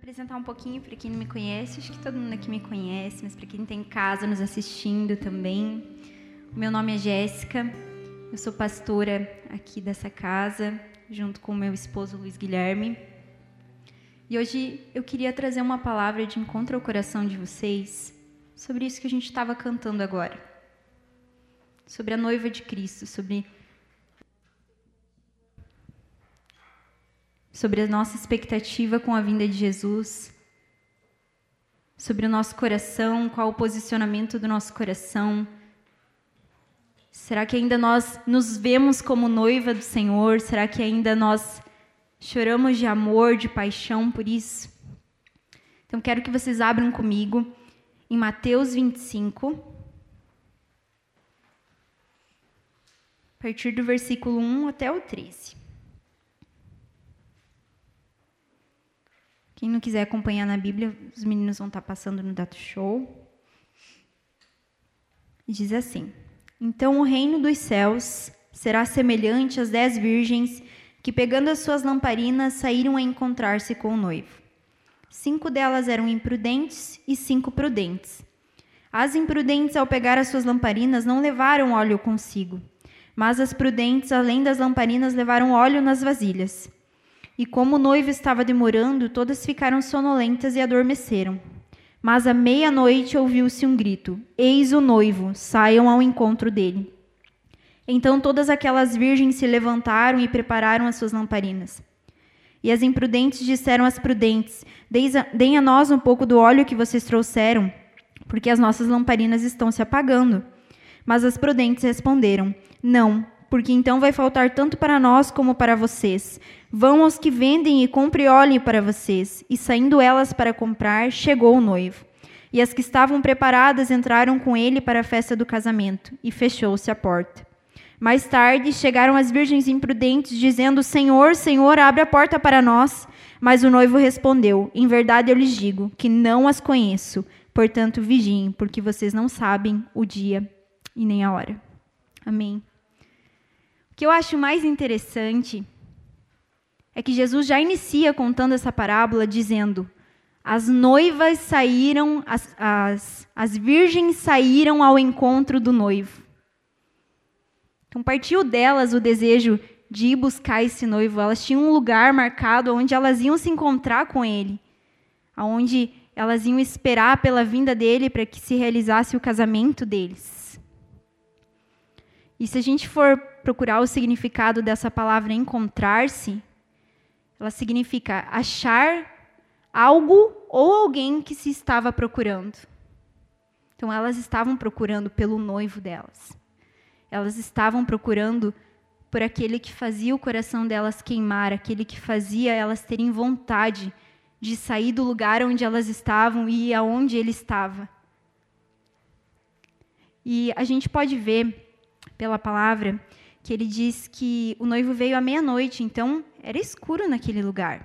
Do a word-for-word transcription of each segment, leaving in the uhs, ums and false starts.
apresentar um pouquinho para quem não me conhece. Acho que todo mundo aqui me conhece, mas para quem está em casa nos assistindo também. O meu nome é Jéssica, eu sou pastora aqui dessa casa, junto com o meu esposo Luiz Guilherme. E hoje eu queria trazer uma palavra de encontro ao coração de vocês sobre isso que a gente estava cantando agora. Sobre a noiva de Cristo, sobre... sobre a nossa expectativa com a vinda de Jesus, sobre o nosso coração, qual o posicionamento do nosso coração. Será que ainda nós nos vemos como noiva do Senhor? Será que ainda nós choramos de amor, de paixão por isso? Então, quero que vocês abram comigo em Mateus vinte e cinco, a partir do versículo um até o treze. Quem não quiser acompanhar na Bíblia, os meninos vão estar passando no Data Show. Diz assim: Então o reino dos céus será semelhante às dez virgens que, pegando as suas lamparinas, saíram a encontrar-se com o noivo. Cinco delas eram imprudentes e cinco prudentes. As imprudentes, ao pegar as suas lamparinas, não levaram óleo consigo, mas as prudentes, além das lamparinas, levaram óleo nas vasilhas. E como o noivo estava demorando, todas ficaram sonolentas e adormeceram. Mas à meia-noite ouviu-se um grito: Eis o noivo, saiam ao encontro dele. Então todas aquelas virgens se levantaram e prepararam as suas lamparinas. E as imprudentes disseram às prudentes: Deem a nós um pouco do óleo que vocês trouxeram, porque as nossas lamparinas estão se apagando. Mas as prudentes responderam: Não, porque então vai faltar tanto para nós como para vocês. Vão aos que vendem e compre óleo para vocês. E saindo elas para comprar, chegou o noivo. E as que estavam preparadas entraram com ele para a festa do casamento, e fechou-se a porta. Mais tarde chegaram as virgens imprudentes, dizendo: Senhor, Senhor, abre a porta para nós. Mas o noivo respondeu: Em verdade eu lhes digo que não as conheço. Portanto, vigiem, porque vocês não sabem o dia e nem a hora. Amém. O que eu acho mais interessante é que Jesus já inicia contando essa parábola dizendo: as noivas saíram, as, as, as virgens saíram ao encontro do noivo. Então partiu delas o desejo de ir buscar esse noivo. Elas tinham um lugar marcado onde elas iam se encontrar com ele, onde elas iam esperar pela vinda dele para que se realizasse o casamento deles. E se a gente for procurar o significado dessa palavra encontrar-se, ela significa achar algo ou alguém que se estava procurando. Então, elas estavam procurando pelo noivo delas. Elas estavam procurando por aquele que fazia o coração delas queimar, aquele que fazia elas terem vontade de sair do lugar onde elas estavam e ir aonde ele estava. E a gente pode ver pela palavra que ele diz que o noivo veio à meia-noite, então era escuro naquele lugar.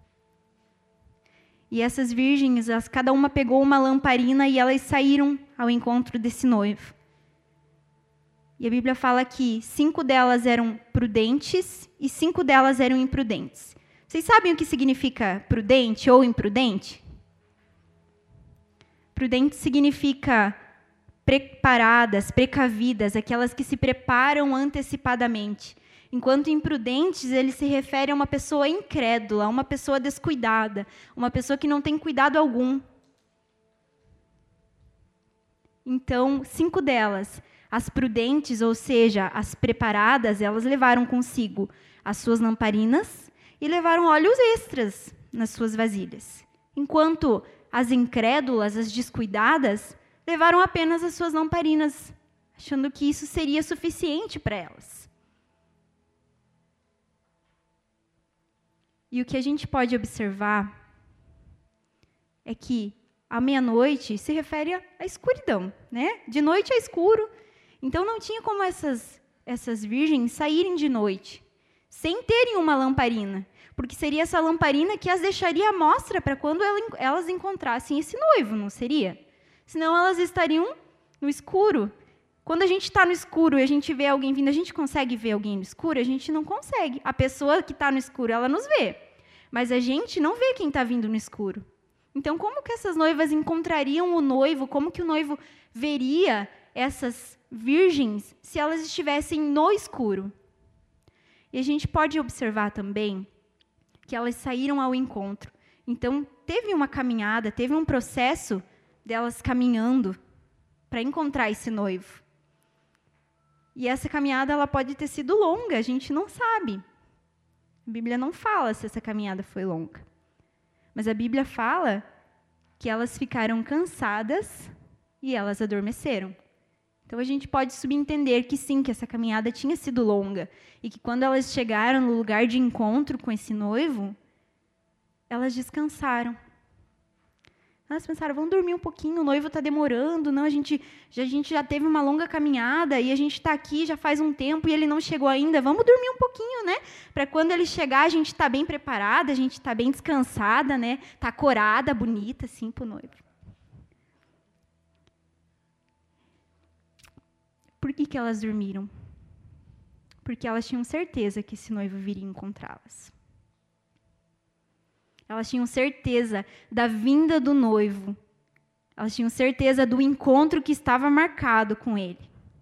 E essas virgens, elas, cada uma pegou uma lamparina e elas saíram ao encontro desse noivo. E a Bíblia fala que cinco delas eram prudentes e cinco delas eram imprudentes. Vocês sabem o que significa prudente ou imprudente? Prudente significa preparadas, precavidas, aquelas que se preparam antecipadamente. Enquanto imprudentes, ele se refere a uma pessoa incrédula, a uma pessoa descuidada, uma pessoa que não tem cuidado algum. Então, cinco delas, as prudentes, ou seja, as preparadas, elas levaram consigo as suas lamparinas e levaram óleos extras nas suas vasilhas. Enquanto as incrédulas, as descuidadas, levaram apenas as suas lamparinas, achando que isso seria suficiente para elas. E o que a gente pode observar é que a meia-noite se refere à escuridão, né? De noite é escuro, então não tinha como essas, essas virgens saírem de noite sem terem uma lamparina, porque seria essa lamparina que as deixaria à mostra para quando elas encontrassem esse noivo, não seria? Senão elas estariam no escuro. Quando a gente está no escuro e a gente vê alguém vindo, a gente consegue ver alguém no escuro? A gente não consegue. A pessoa que está no escuro, ela nos vê. Mas a gente não vê quem está vindo no escuro. Então, como que essas noivas encontrariam o noivo? Como que o noivo veria essas virgens se elas estivessem no escuro? E a gente pode observar também que elas saíram ao encontro. Então, teve uma caminhada, teve um processo delas caminhando para encontrar esse noivo. E essa caminhada ela pode ter sido longa, a gente não sabe. A Bíblia não fala se essa caminhada foi longa. Mas a Bíblia fala que elas ficaram cansadas e elas adormeceram. Então a gente pode subentender que sim, que essa caminhada tinha sido longa. E que quando elas chegaram no lugar de encontro com esse noivo, elas descansaram. Elas pensaram, vamos dormir um pouquinho, o noivo está demorando, não, a gente, já, a gente já teve uma longa caminhada e a gente está aqui já faz um tempo e ele não chegou ainda, vamos dormir um pouquinho, né? Para quando ele chegar a gente está bem preparada, a gente está bem descansada, né? Está corada, bonita, assim, para o noivo. Por que que elas dormiram? Porque elas tinham certeza que esse noivo viria encontrá-las. Elas tinham certeza da vinda do noivo. Elas tinham certeza do encontro que estava marcado com ele.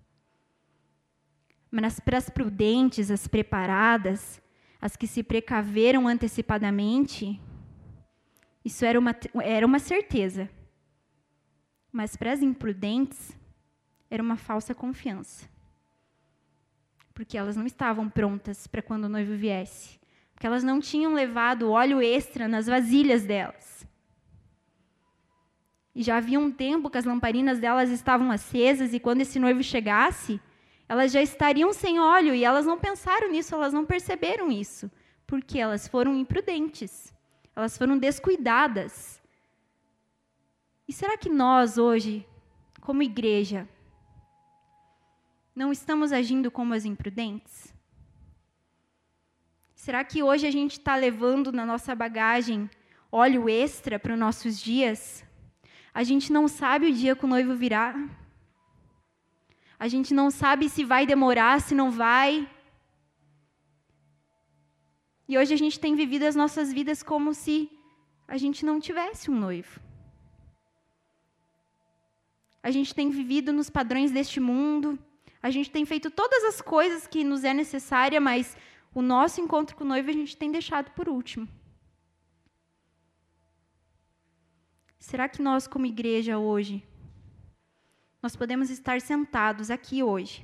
Mas para as prudentes, as preparadas, as que se precaveram antecipadamente, isso era uma, era uma certeza. Mas para as imprudentes, era uma falsa confiança. Porque elas não estavam prontas para quando o noivo viesse. Porque elas não tinham levado óleo extra nas vasilhas delas. E já havia um tempo que as lamparinas delas estavam acesas, e quando esse noivo chegasse, elas já estariam sem óleo, e elas não pensaram nisso, elas não perceberam isso, porque elas foram imprudentes, elas foram descuidadas. E será que nós, hoje, como igreja, não estamos agindo como as imprudentes? Será que hoje a gente está levando na nossa bagagem óleo extra para os nossos dias? A gente não sabe o dia que o noivo virá. A gente não sabe se vai demorar, se não vai. E hoje a gente tem vivido as nossas vidas como se a gente não tivesse um noivo. A gente tem vivido nos padrões deste mundo. A gente tem feito todas as coisas que nos é necessária, mas o nosso encontro com o noivo a gente tem deixado por último. Será que nós, como igreja hoje, nós podemos estar sentados aqui hoje?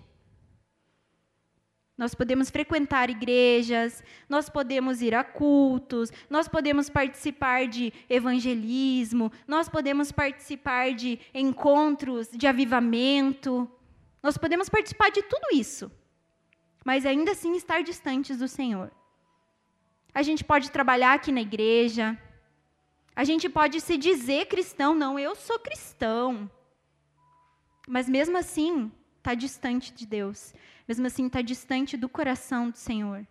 Nós podemos frequentar igrejas, nós podemos ir a cultos, nós podemos participar de evangelismo, nós podemos participar de encontros de avivamento, nós podemos participar de tudo isso. Mas ainda assim estar distantes do Senhor. A gente pode trabalhar aqui na igreja, a gente pode se dizer cristão, não, eu sou cristão. Mas mesmo assim, está distante de Deus. Mesmo assim, está distante do coração do Senhor.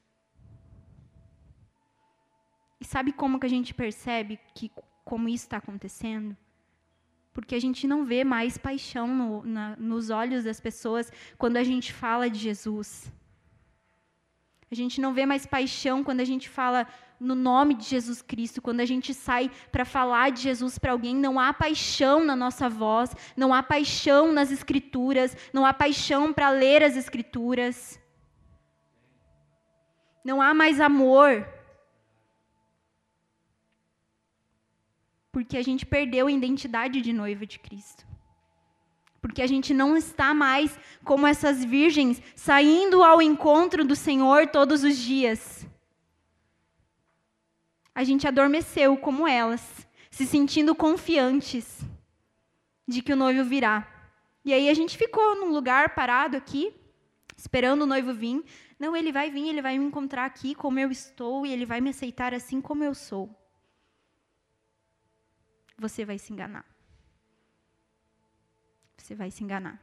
E sabe como que a gente percebe que, como isso está acontecendo? Porque a gente não vê mais paixão no, na, nos olhos das pessoas quando a gente fala de Jesus. A gente não vê mais paixão quando a gente fala no nome de Jesus Cristo, quando a gente sai para falar de Jesus para alguém. Não há paixão na nossa voz, não há paixão nas Escrituras, não há paixão para ler as Escrituras. Não há mais amor. Porque a gente perdeu a identidade de noiva de Cristo. Porque a gente não está mais como essas virgens, saindo ao encontro do Senhor todos os dias. A gente adormeceu como elas, se sentindo confiantes de que o noivo virá. E aí a gente ficou num lugar parado aqui, esperando o noivo vir. Não, ele vai vir, ele vai me encontrar aqui como eu estou, e ele vai me aceitar assim como eu sou. Você vai se enganar. Você vai se enganar.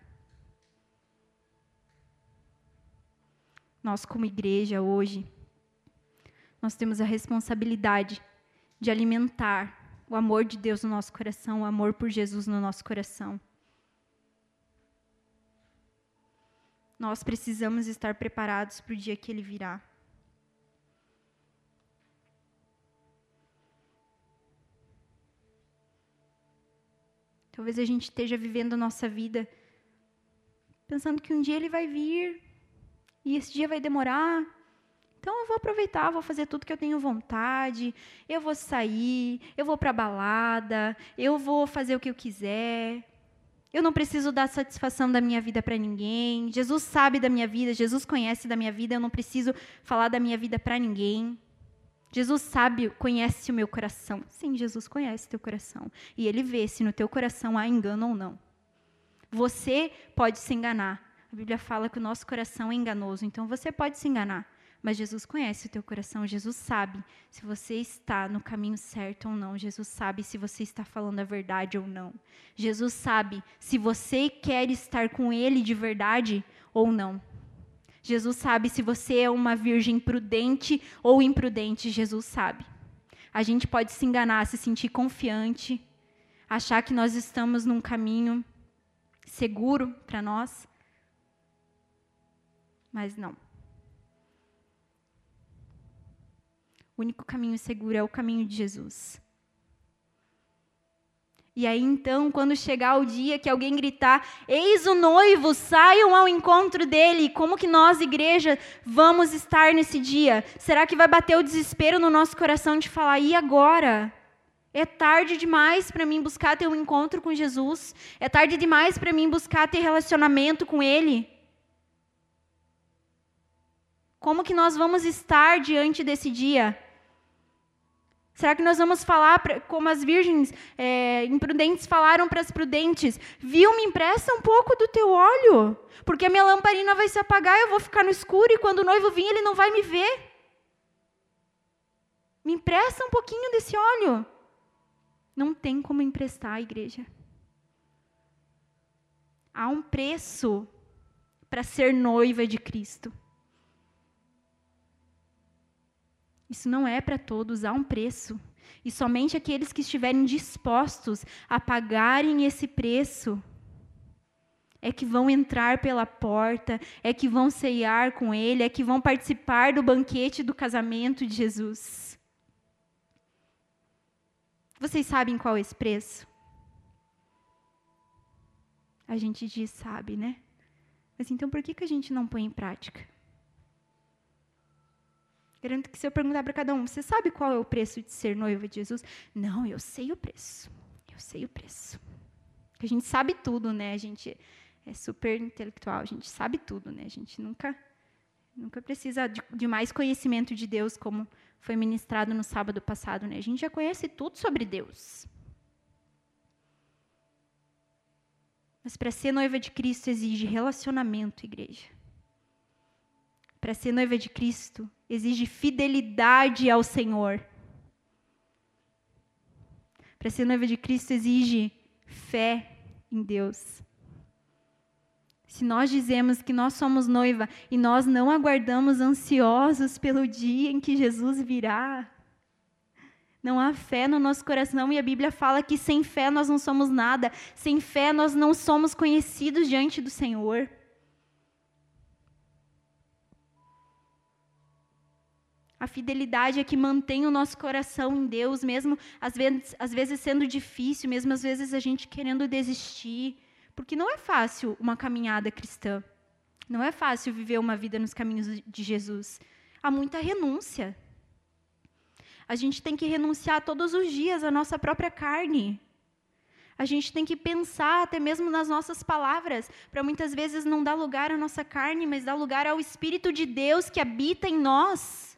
Nós, como igreja, hoje, nós temos a responsabilidade de alimentar o amor de Deus no nosso coração, o amor por Jesus no nosso coração. Nós precisamos estar preparados para o dia que Ele virá. Talvez a gente esteja vivendo a nossa vida pensando que um dia ele vai vir e esse dia vai demorar. Então eu vou aproveitar, vou fazer tudo que eu tenho vontade, eu vou sair, eu vou para a balada, eu vou fazer o que eu quiser. Eu não preciso dar satisfação da minha vida para ninguém. Jesus sabe da minha vida, Jesus conhece da minha vida, eu não preciso falar da minha vida para ninguém. Jesus sabe, conhece o meu coração. Sim, Jesus conhece o teu coração. E Ele vê se no teu coração há engano ou não. Você pode se enganar. A Bíblia fala que o nosso coração é enganoso, então você pode se enganar. Mas Jesus conhece o teu coração, Jesus sabe se você está no caminho certo ou não. Jesus sabe se você está falando a verdade ou não. Jesus sabe se você quer estar com Ele de verdade ou não. Jesus sabe se você é uma virgem prudente ou imprudente, Jesus sabe. A gente pode se enganar, se sentir confiante, achar que nós estamos num caminho seguro para nós, mas não. O único caminho seguro é o caminho de Jesus. E aí, então, quando chegar o dia que alguém gritar, eis o noivo, saiam ao encontro dele, como que nós, igreja, vamos estar nesse dia? Será que vai bater o desespero no nosso coração de falar, e agora? É tarde demais para mim buscar ter um encontro com Jesus? É tarde demais para mim buscar ter relacionamento com Ele? Como que nós vamos estar diante desse dia? Será que nós vamos falar, pra, como as virgens é, imprudentes falaram para as prudentes, viu, me empresta um pouco do teu óleo, porque a minha lamparina vai se apagar, eu vou ficar no escuro e quando o noivo vir ele não vai me ver. Me empresta um pouquinho desse óleo. Não tem como emprestar, igreja. Há um preço para ser noiva de Cristo. Isso não é para todos, há um preço. E somente aqueles que estiverem dispostos a pagarem esse preço é que vão entrar pela porta, é que vão ceiar com Ele, é que vão participar do banquete do casamento de Jesus. Vocês sabem qual é esse preço? A gente diz, sabe, né? Mas então por que, que a gente não põe em prática? Garanto que se eu perguntar para cada um, você sabe qual é o preço de ser noiva de Jesus? Não, eu sei o preço. Eu sei o preço. A gente sabe tudo, né? A gente é super intelectual, a gente sabe tudo, né? A gente nunca, nunca precisa de, de mais conhecimento de Deus, como foi ministrado no sábado passado, né? A gente já conhece tudo sobre Deus. Mas para ser noiva de Cristo exige relacionamento, igreja. Para ser noiva de Cristo exige fidelidade ao Senhor. Para ser noiva de Cristo exige fé em Deus. Se nós dizemos que nós somos noiva e nós não aguardamos ansiosos pelo dia em que Jesus virá, não há fé no nosso coração e a Bíblia fala que sem fé nós não somos nada, sem fé nós não somos conhecidos diante do Senhor. A fidelidade é que mantém o nosso coração em Deus, mesmo às vezes, às vezes sendo difícil, mesmo às vezes a gente querendo desistir. Porque não é fácil uma caminhada cristã. Não é fácil viver uma vida nos caminhos de Jesus. Há muita renúncia. A gente tem que renunciar todos os dias à nossa própria carne. A gente tem que pensar até mesmo nas nossas palavras, para muitas vezes não dar lugar à nossa carne, mas dar lugar ao Espírito de Deus que habita em nós.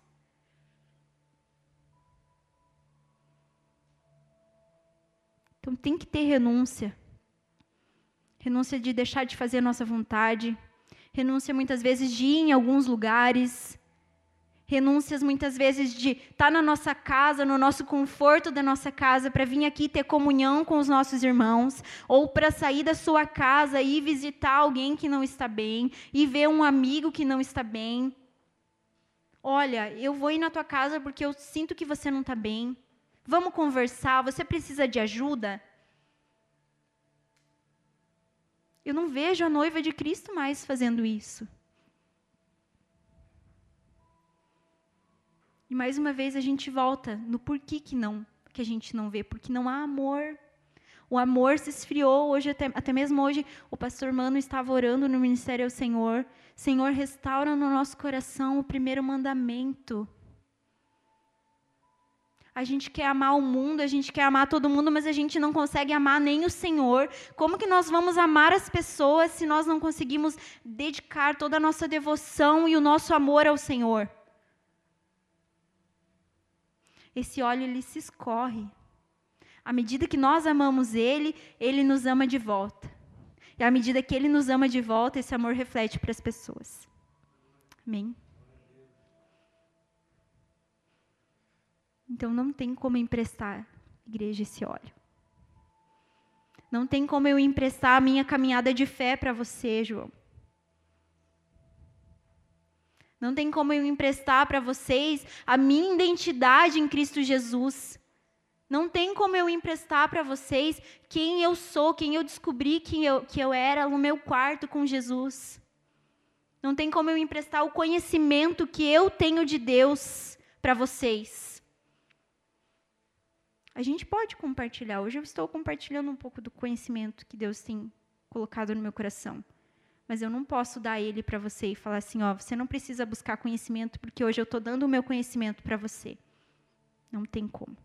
Então tem que ter renúncia. Renúncia de deixar de fazer a nossa vontade. Renúncia muitas vezes de ir em alguns lugares. Renúncias muitas vezes de estar na nossa casa, no nosso conforto da nossa casa, para vir aqui ter comunhão com os nossos irmãos. Ou para sair da sua casa e ir visitar alguém que não está bem. E ver um amigo que não está bem. Olha, eu vou ir na tua casa porque eu sinto que você não está bem. Vamos conversar, você precisa de ajuda? Eu não vejo a noiva de Cristo mais fazendo isso. E mais uma vez a gente volta no porquê que não, que a gente não vê, porque não há amor. O amor se esfriou. Hoje, até, até mesmo hoje, o pastor Mano estava orando no ministério ao Senhor. Senhor, restaura no nosso coração o primeiro mandamento. A gente quer amar o mundo, a gente quer amar todo mundo, mas a gente não consegue amar nem o Senhor. Como que nós vamos amar as pessoas se nós não conseguimos dedicar toda a nossa devoção e o nosso amor ao Senhor? Esse óleo, ele se escorre. À medida que nós amamos Ele, Ele nos ama de volta. E à medida que Ele nos ama de volta, esse amor reflete para as pessoas. Amém? Então, não tem como emprestar, igreja, esse óleo. Não tem como eu emprestar a minha caminhada de fé para você, João. Não tem como eu emprestar para vocês a minha identidade em Cristo Jesus. Não tem como eu emprestar para vocês quem eu sou, quem eu descobri que eu, que eu era no meu quarto com Jesus. Não tem como eu emprestar o conhecimento que eu tenho de Deus para vocês. A gente pode compartilhar. Hoje eu estou compartilhando um pouco do conhecimento que Deus tem colocado no meu coração. Mas eu não posso dar ele para você e falar assim, ó, você não precisa buscar conhecimento, porque hoje eu estou dando o meu conhecimento para você. Não tem como.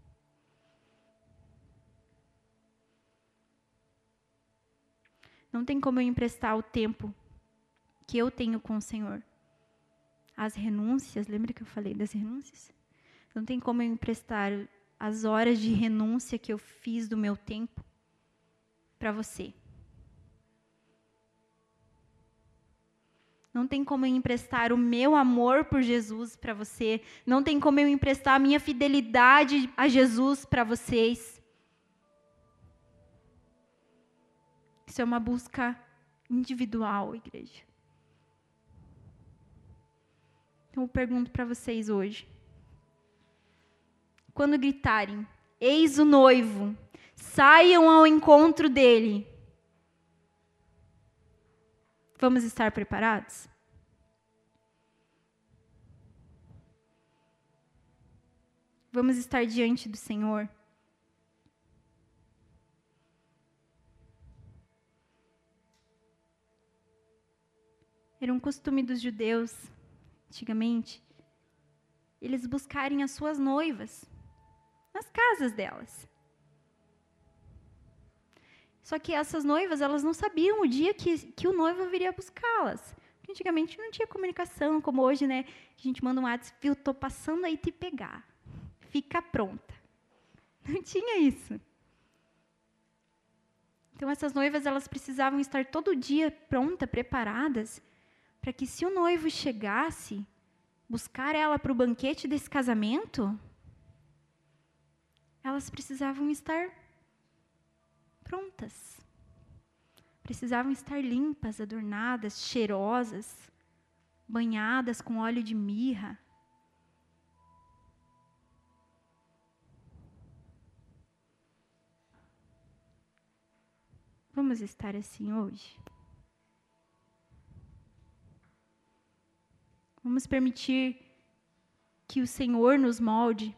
Não tem como eu emprestar o tempo que eu tenho com o Senhor. As renúncias, lembra que eu falei das renúncias? Não tem como eu emprestar as horas de renúncia que eu fiz do meu tempo para você. Não tem como eu emprestar o meu amor por Jesus para você. Não tem como eu emprestar a minha fidelidade a Jesus para vocês. Isso é uma busca individual, igreja. Então eu pergunto para vocês hoje. Quando gritarem, eis o noivo, saiam ao encontro dele. Vamos estar preparados? Vamos estar diante do Senhor? Era um costume dos judeus, antigamente, eles buscarem as suas noivas nas casas delas. Só que essas noivas, elas não sabiam o dia que, que o noivo viria buscá-las. Porque antigamente não tinha comunicação, como hoje, né? A gente manda um WhatsApp, eu estou passando aí te pegar. Fica pronta. Não tinha isso. Então, essas noivas, elas precisavam estar todo dia prontas, preparadas, para que se o noivo chegasse, buscar ela para o banquete desse casamento, elas precisavam estar prontas. Precisavam estar limpas, adornadas, cheirosas, banhadas com óleo de mirra. Vamos estar assim hoje? Vamos permitir que o Senhor nos molde.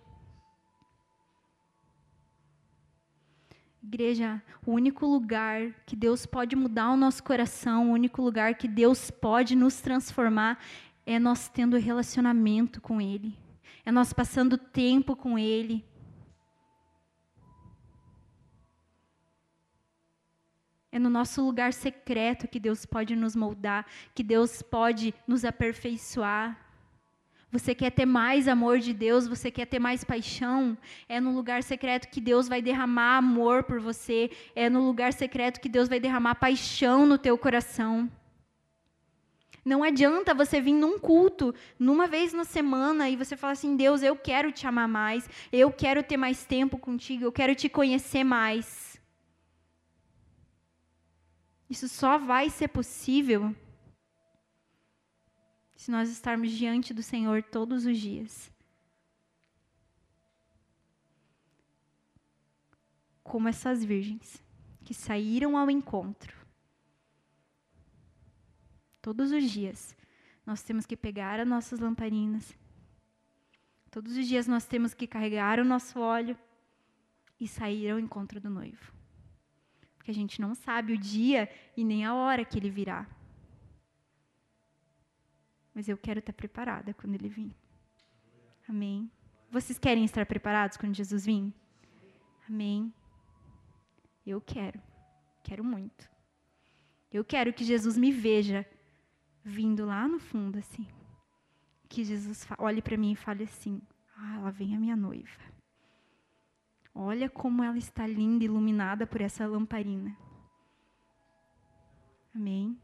Igreja, o único lugar que Deus pode mudar o nosso coração, o único lugar que Deus pode nos transformar, é nós tendo relacionamento com Ele. É nós passando tempo com Ele. É no nosso lugar secreto que Deus pode nos moldar, que Deus pode nos aperfeiçoar. Você quer ter mais amor de Deus, você quer ter mais paixão, é no lugar secreto que Deus vai derramar amor por você, é no lugar secreto que Deus vai derramar paixão no teu coração. Não adianta você vir num culto, numa vez na semana, e você falar assim, Deus, eu quero te amar mais, eu quero ter mais tempo contigo, eu quero te conhecer mais. Isso só vai ser possível se nós estarmos diante do Senhor todos os dias. Como essas virgens que saíram ao encontro. Todos os dias nós temos que pegar as nossas lamparinas. Todos os dias nós temos que carregar o nosso óleo e sair ao encontro do noivo. Porque a gente não sabe o dia e nem a hora que ele virá. Mas eu quero estar preparada quando ele vir. Amém. Vocês querem estar preparados quando Jesus vir? Amém. Eu quero. Quero muito. Eu quero que Jesus me veja vindo lá no fundo, assim. Que Jesus olhe para mim e fale assim: ah, lá vem a minha noiva. Olha como ela está linda, iluminada por essa lamparina. Amém?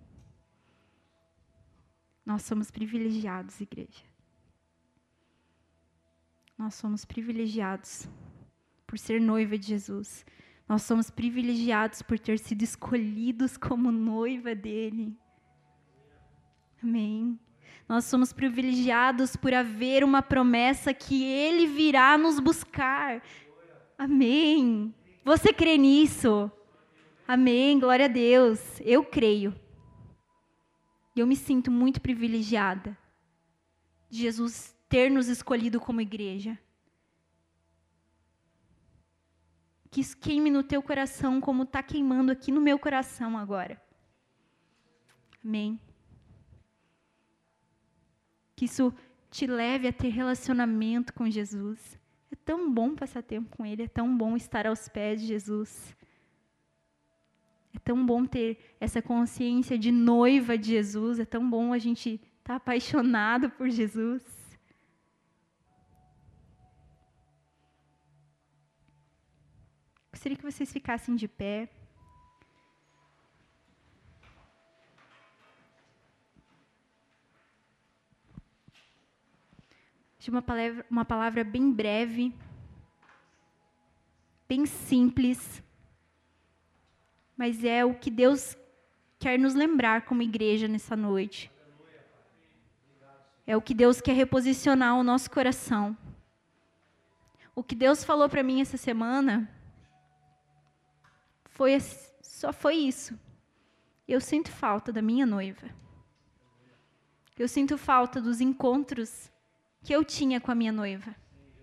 Nós somos privilegiados, igreja. Nós somos privilegiados por ser noiva de Jesus. Nós somos privilegiados por ter sido escolhidos como noiva dele. Amém? Nós somos privilegiados por haver uma promessa que ele virá nos buscar. Amém? Você crê nisso? Amém? Glória a Deus. Eu creio. E eu me sinto muito privilegiada de Jesus ter nos escolhido como igreja. Que isso queime no teu coração como está queimando aqui no meu coração agora. Amém? Que isso te leve a ter relacionamento com Jesus. É tão bom passar tempo com Ele, é tão bom estar aos pés de Jesus. É tão bom ter essa consciência de noiva de Jesus, é tão bom a gente estar apaixonado por Jesus. Gostaria que vocês ficassem de pé. De uma palavra, uma palavra bem breve, bem simples, mas é o que Deus quer nos lembrar como igreja nessa noite. É o que Deus quer reposicionar o nosso coração. O que Deus falou para mim essa semana foi, só foi isso. Eu sinto falta da minha noiva. Eu sinto falta dos encontros que eu tinha com a minha noiva.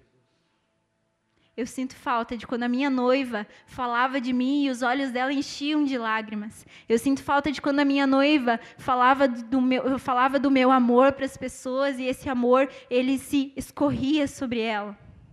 Eu sinto falta de quando a minha noiva falava de mim e os olhos dela enchiam de lágrimas. Eu sinto falta de quando a minha noiva falava do meu, falava do meu amor para as pessoas e esse amor, ele se escorria sobre ela.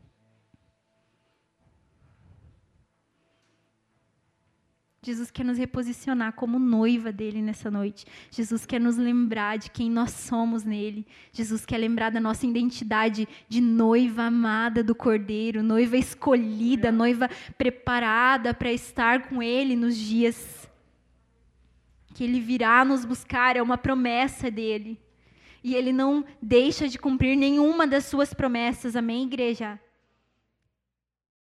Jesus quer nos reposicionar como noiva dele nessa noite. Jesus quer nos lembrar de quem nós somos nele. Jesus quer lembrar da nossa identidade de noiva amada do Cordeiro, noiva escolhida, noiva preparada para estar com ele nos dias que ele virá nos buscar. É uma promessa dele. E ele não deixa de cumprir nenhuma das suas promessas. Amém, igreja?